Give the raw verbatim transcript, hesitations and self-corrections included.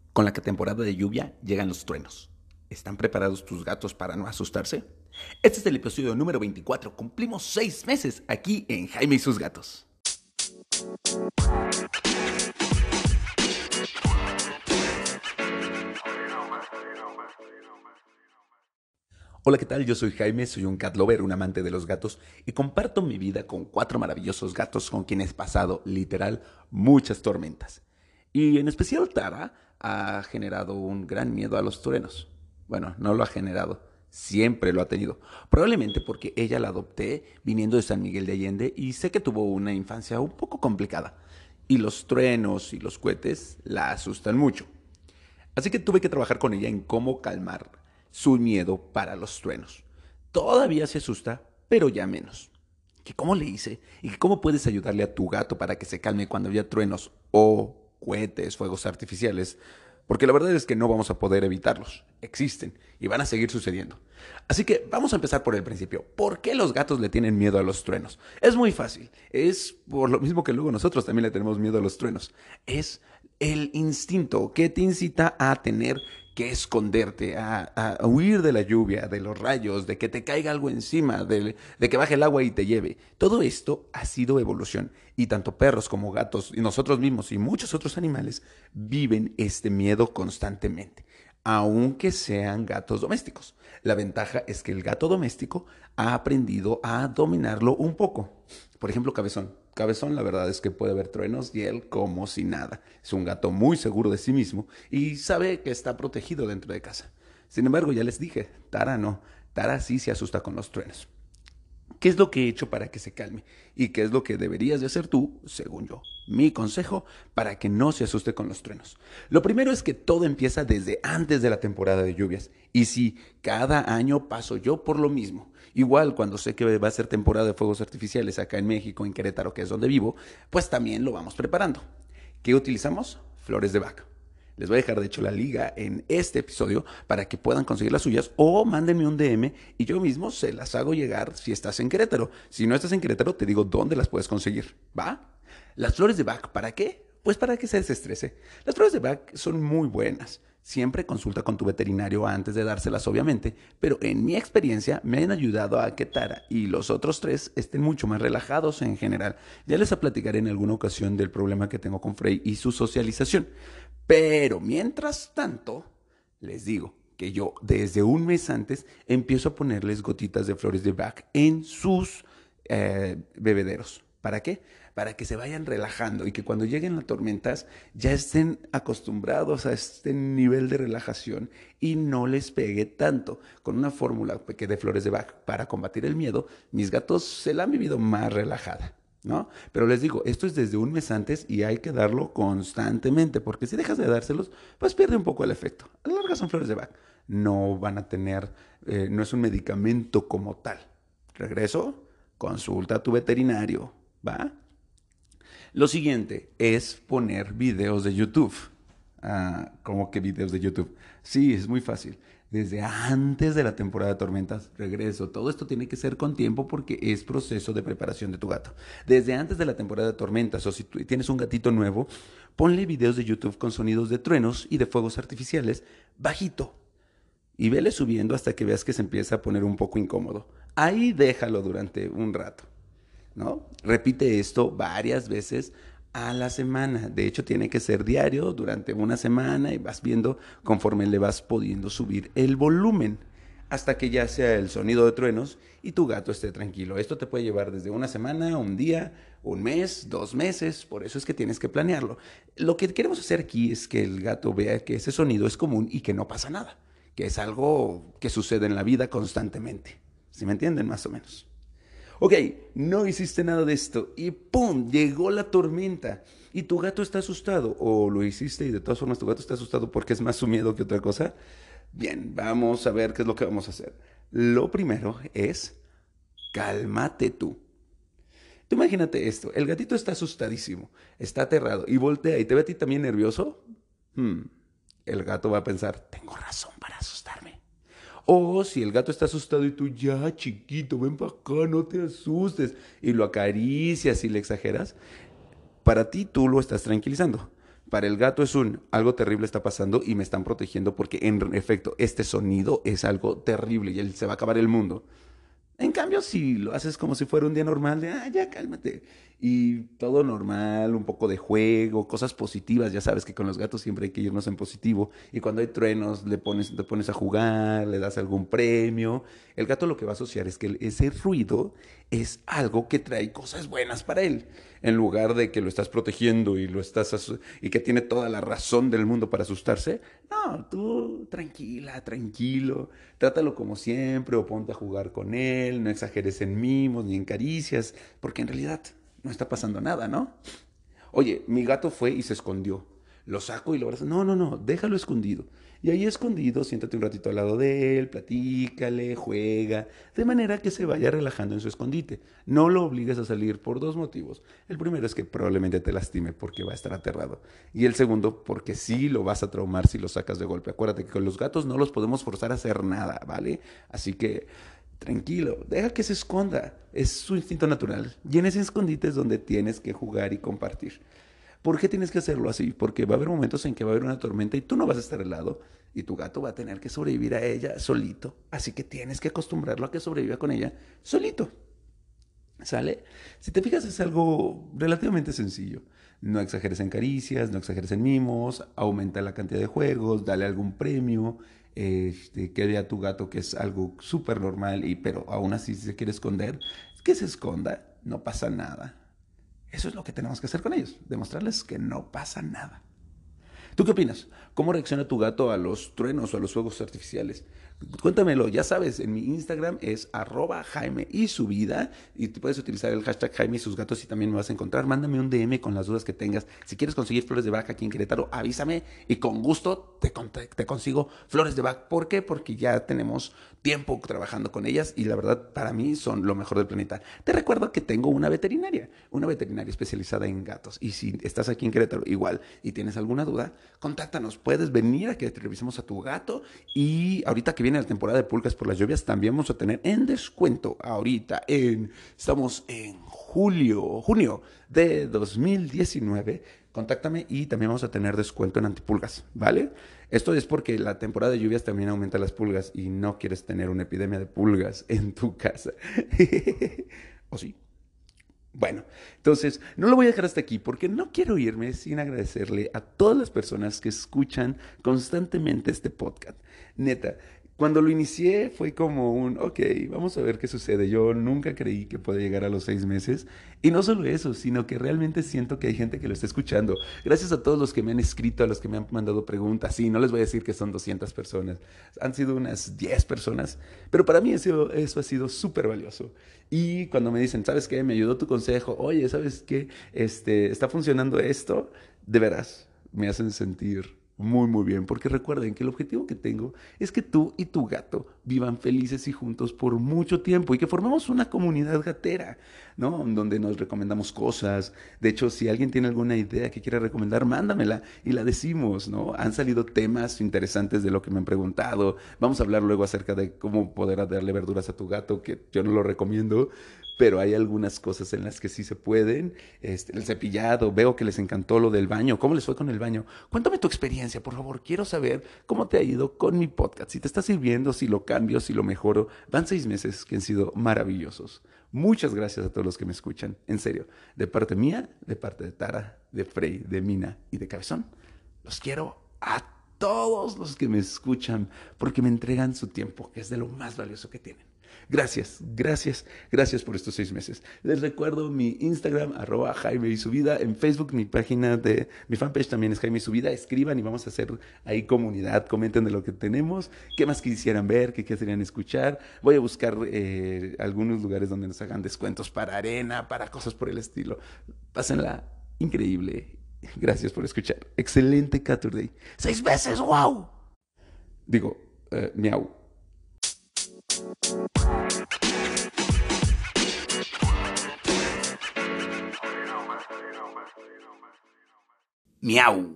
Con la temporada de lluvia llegan los truenos. ¿Están preparados tus gatos para no asustarse? Este es el episodio número veinticuatro. Cumplimos seis meses aquí en Jaime y sus gatos. Hola, ¿qué tal? Yo soy Jaime, soy un cat lover, un amante de los gatos y comparto mi vida con cuatro maravillosos gatos con quienes he pasado, literal, muchas tormentas. Y en especial Tara ha generado un gran miedo a los truenos. Bueno, no lo ha generado, siempre lo ha tenido. Probablemente porque ella la adopté viniendo de San Miguel de Allende y sé que tuvo una infancia un poco complicada. Y los truenos y los cohetes la asustan mucho. Así que tuve que trabajar con ella en cómo calmar su miedo para los truenos. Todavía se asusta, pero ya menos. ¿Que cómo le hice? ¿Y que cómo puedes ayudarle a tu gato para que se calme cuando haya truenos o cohetes, fuegos artificiales? Porque la verdad es que no vamos a poder evitarlos. Existen y van a seguir sucediendo. Así que vamos a empezar por el principio. ¿Por qué los gatos le tienen miedo a los truenos? Es muy fácil. Es por lo mismo que luego nosotros también le tenemos miedo a los truenos. Es el instinto que te incita a tener que esconderte, a, a huir de la lluvia, de los rayos, de que te caiga algo encima, de, de que baje el agua y te lleve. Todo esto ha sido evolución y tanto perros como gatos y nosotros mismos y muchos otros animales viven este miedo constantemente, aunque sean gatos domésticos. La ventaja es que el gato doméstico ha aprendido a dominarlo un poco. Por ejemplo, Cabezón. Cabezón, la verdad es que puede ver truenos y él como si nada. Es un gato muy seguro de sí mismo y sabe que está protegido dentro de casa. Sin embargo, ya les dije, Tara no. Tara sí se asusta con los truenos. ¿Qué es lo que he hecho para que se calme? ¿Y qué es lo que deberías de hacer tú, según yo? Mi consejo para que no se asuste con los truenos. Lo primero es que todo empieza desde antes de la temporada de lluvias. Y sí, cada año paso yo por lo mismo. Igual cuando sé que va a ser temporada de fuegos artificiales acá en México, en Querétaro, que es donde vivo, pues también lo vamos preparando. ¿Qué utilizamos? Flores de Bach. Les voy a dejar de hecho la liga en este episodio para que puedan conseguir las suyas o mándenme un D M y yo mismo se las hago llegar si estás en Querétaro. Si no estás en Querétaro, te digo dónde las puedes conseguir. ¿Va? Las flores de Bach, ¿para qué? Pues para que se desestrese. Las flores de Bach son muy buenas. Siempre consulta con tu veterinario antes de dárselas, obviamente, pero en mi experiencia me han ayudado a que Tara y los otros tres estén mucho más relajados en general. Ya les platicaré en alguna ocasión del problema que tengo con Frey y su socialización. Pero mientras tanto, les digo que yo desde un mes antes empiezo a ponerles gotitas de flores de Bach en sus eh, bebederos. ¿Para qué? Para que se vayan relajando y que cuando lleguen las tormentas ya estén acostumbrados a este nivel de relajación y no les pegue tanto. Con una fórmula que de flores de Bach para combatir el miedo, mis gatos se la han vivido más relajada, ¿no? Pero les digo, esto es desde un mes antes y hay que darlo constantemente, porque si dejas de dárselos, pues pierde un poco el efecto. A la larga son flores de Bach. No van a tener, eh, no es un medicamento como tal. Regreso, consulta a tu veterinario, ¿va? Lo siguiente es poner videos de YouTube. Ah, ¿cómo que videos de YouTube? Sí, es muy fácil. Desde antes de la temporada de tormentas, regreso. Todo esto tiene que ser con tiempo porque es proceso de preparación de tu gato. Desde antes de la temporada de tormentas o si tú tienes un gatito nuevo, ponle videos de YouTube con sonidos de truenos y de fuegos artificiales bajito. Y vele subiendo hasta que veas que se empieza a poner un poco incómodo. Ahí déjalo durante un rato, ¿no? Repite esto varias veces a la semana. De hecho, tiene que ser diario durante una semana y vas viendo conforme le vas pudiendo subir el volumen hasta que ya sea el sonido de truenos y tu gato esté tranquilo. Esto te puede llevar desde una semana, un día, un mes, dos meses. Por eso es que tienes que planearlo. Lo que queremos hacer aquí es que el gato vea que ese sonido es común y que no pasa nada, que es algo que sucede en la vida constantemente. ¿Sí me entienden más o menos? Ok, no hiciste nada de esto y ¡pum! Llegó la tormenta y tu gato está asustado. O lo hiciste y de todas formas tu gato está asustado porque es más su miedo que otra cosa. Bien, vamos a ver qué es lo que vamos a hacer. Lo primero es cálmate tú. Tú imagínate esto, el gatito está asustadísimo, está aterrado y voltea y te ve a ti también nervioso. Hmm, el gato va a pensar, tengo razón para asustarme. O si el gato está asustado y tú, ya chiquito, ven para acá, no te asustes, y lo acaricias y le exageras, para ti tú lo estás tranquilizando. Para el gato es un algo terrible está pasando y me están protegiendo porque en efecto este sonido es algo terrible y él, se va a acabar el mundo. En cambio, si lo haces como si fuera un día normal, de, ah, ya cálmate. Y todo normal, un poco de juego, cosas positivas. Ya sabes que con los gatos siempre hay que irnos en positivo. Y cuando hay truenos, le pones, te pones a jugar, le das algún premio. El gato lo que va a asociar es que ese ruido es algo que trae cosas buenas para él. En lugar de que lo estás protegiendo y lo estás aso- y que tiene toda la razón del mundo para asustarse, no, tú tranquila, tranquilo, trátalo como siempre o ponte a jugar con él, no exageres en mimos ni en caricias, porque en realidad no está pasando nada, ¿no? Oye, mi gato fue y se escondió. Lo saco y lo abrazo. No, no, no, déjalo escondido. Y ahí escondido, siéntate un ratito al lado de él, platícale, juega, de manera que se vaya relajando en su escondite. No lo obligues a salir por dos motivos. El primero es que probablemente te lastime porque va a estar aterrado. Y el segundo, porque sí lo vas a traumar si lo sacas de golpe. Acuérdate que con los gatos no los podemos forzar a hacer nada, ¿vale? Así que tranquilo, deja que se esconda. Es su instinto natural. Y en ese escondite es donde tienes que jugar y compartir. ¿Por qué tienes que hacerlo así? Porque va a haber momentos en que va a haber una tormenta y tú no vas a estar al lado y tu gato va a tener que sobrevivir a ella solito. Así que tienes que acostumbrarlo a que sobreviva con ella solito. ¿Sale? Si te fijas es algo relativamente sencillo. No exageres en caricias, no exageres en mimos, aumenta la cantidad de juegos, dale algún premio, este, que vea a tu gato que es algo súper normal, y, pero aún así si se quiere esconder, que se esconda, no pasa nada. Eso es lo que tenemos que hacer con ellos, demostrarles que no pasa nada. ¿Tú qué opinas? ¿Cómo reacciona tu gato a los truenos o a los fuegos artificiales? Cuéntamelo, ya sabes, en mi Instagram es arroba Jaime y su vida y tú puedes utilizar el hashtag Jaime y sus gatos y también me vas a encontrar. Mándame un D M con las dudas que tengas. Si quieres conseguir flores de Bach aquí en Querétaro, avísame y con gusto te, te consigo flores de Bach. ¿Por qué? Porque ya tenemos tiempo trabajando con ellas y la verdad para mí son lo mejor del planeta. Te recuerdo que tengo una veterinaria, una veterinaria especializada en gatos y si estás aquí en Querétaro igual y tienes alguna duda, contáctanos. Puedes venir a que te revisemos a tu gato y ahorita que viene la temporada de pulgas por las lluvias, también vamos a tener en descuento ahorita en, estamos en julio, junio de dos mil diecinueve. Contáctame y también vamos a tener descuento en antipulgas, ¿vale? Esto es porque la temporada de lluvias también aumenta las pulgas y no quieres tener una epidemia de pulgas en tu casa. ¿O sí? Bueno, entonces no lo voy a dejar hasta aquí porque no quiero irme sin agradecerle a todas las personas que escuchan constantemente este podcast. Neta, cuando lo inicié fue como un, ok, vamos a ver qué sucede. Yo nunca creí que pueda llegar a los seis meses. Y no solo eso, sino que realmente siento que hay gente que lo está escuchando. Gracias a todos los que me han escrito, a los que me han mandado preguntas. Sí, no les voy a decir que son doscientas personas. Han sido unas diez personas. Pero para mí eso, eso ha sido súper valioso. Y cuando me dicen, ¿sabes qué? Me ayudó tu consejo. Oye, ¿sabes qué? Este, está funcionando esto. De veras, me hacen sentir muy, muy bien, porque recuerden que el objetivo que tengo es que tú y tu gato vivan felices y juntos por mucho tiempo y que formemos una comunidad gatera, ¿no? Donde nos recomendamos cosas. De hecho, si alguien tiene alguna idea que quiera recomendar, mándamela y la decimos, ¿no? Han salido temas interesantes de lo que me han preguntado. Vamos a hablar luego acerca de cómo poder darle verduras a tu gato, que yo no lo recomiendo, pero hay algunas cosas en las que sí se pueden. Este, el cepillado, veo que les encantó lo del baño. ¿Cómo les fue con el baño? Cuéntame tu experiencia, por favor. Quiero saber cómo te ha ido con mi podcast. Si te está sirviendo, si lo cambio, si lo mejoro. Van seis meses que han sido maravillosos. Muchas gracias a todos los que me escuchan. En serio, de parte mía, de parte de Tara, de Frey, de Mina y de Cabezón. Los quiero a todos los que me escuchan porque me entregan su tiempo, que es de lo más valioso que tienen. Gracias, gracias, gracias por estos seis meses. Les recuerdo mi Instagram, arroba Jaime y su vida. En Facebook, mi página de, mi fanpage también es Jaime y su vida. Escriban y vamos a hacer ahí comunidad. Comenten de lo que tenemos, qué más quisieran ver, qué quisieran escuchar. Voy a buscar eh, algunos lugares donde nos hagan descuentos para arena, para cosas por el estilo. Pásenla increíble. Gracias por escuchar. Excelente Caturday. Seis meses, wow. Digo, uh, miau. Miau.